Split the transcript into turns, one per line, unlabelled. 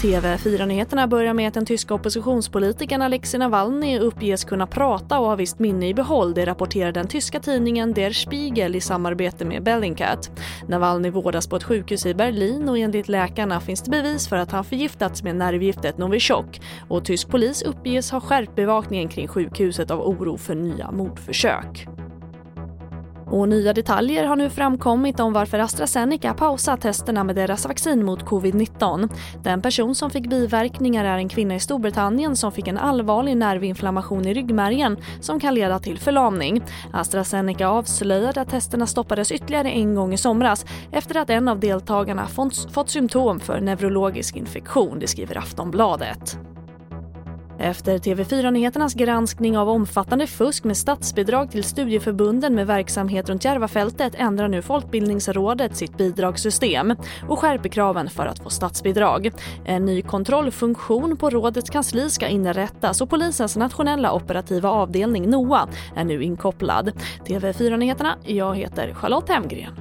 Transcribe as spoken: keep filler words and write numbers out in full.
T V fyra-nyheterna börjar med att den tyska oppositionspolitikern Alexei Navalny uppges kunna prata och ha visst minne i behåll. Det rapporterar den tyska tidningen Der Spiegel i samarbete med Bellingcat. Navalny vårdas på ett sjukhus i Berlin och enligt läkarna finns det bevis för att han förgiftats med nervgiftet Novichok. Och tysk polis uppges ha skärpt bevakningen kring sjukhuset av oro för nya mordförsök. Och nya detaljer har nu framkommit om varför AstraZeneca pausat testerna med deras vaccin mot covid nitton. Den person som fick biverkningar är en kvinna i Storbritannien som fick en allvarlig nervinflammation i ryggmärgen som kan leda till förlamning. AstraZeneca avslöjade att testerna stoppades ytterligare en gång i somras efter att en av deltagarna fått, fått symptom för neurologisk infektion, det skriver Aftonbladet. Efter T V fyra-nyheternas granskning av omfattande fusk med statsbidrag till studieförbunden med verksamhet runt Järvafältet ändrar nu Folkbildningsrådet sitt bidragssystem och skärper kraven för att få statsbidrag. En ny kontrollfunktion på rådets kansli ska inrättas och polisens nationella operativa avdelning N O A är nu inkopplad. T V fyra-nyheterna, jag heter Charlotte Hemgren.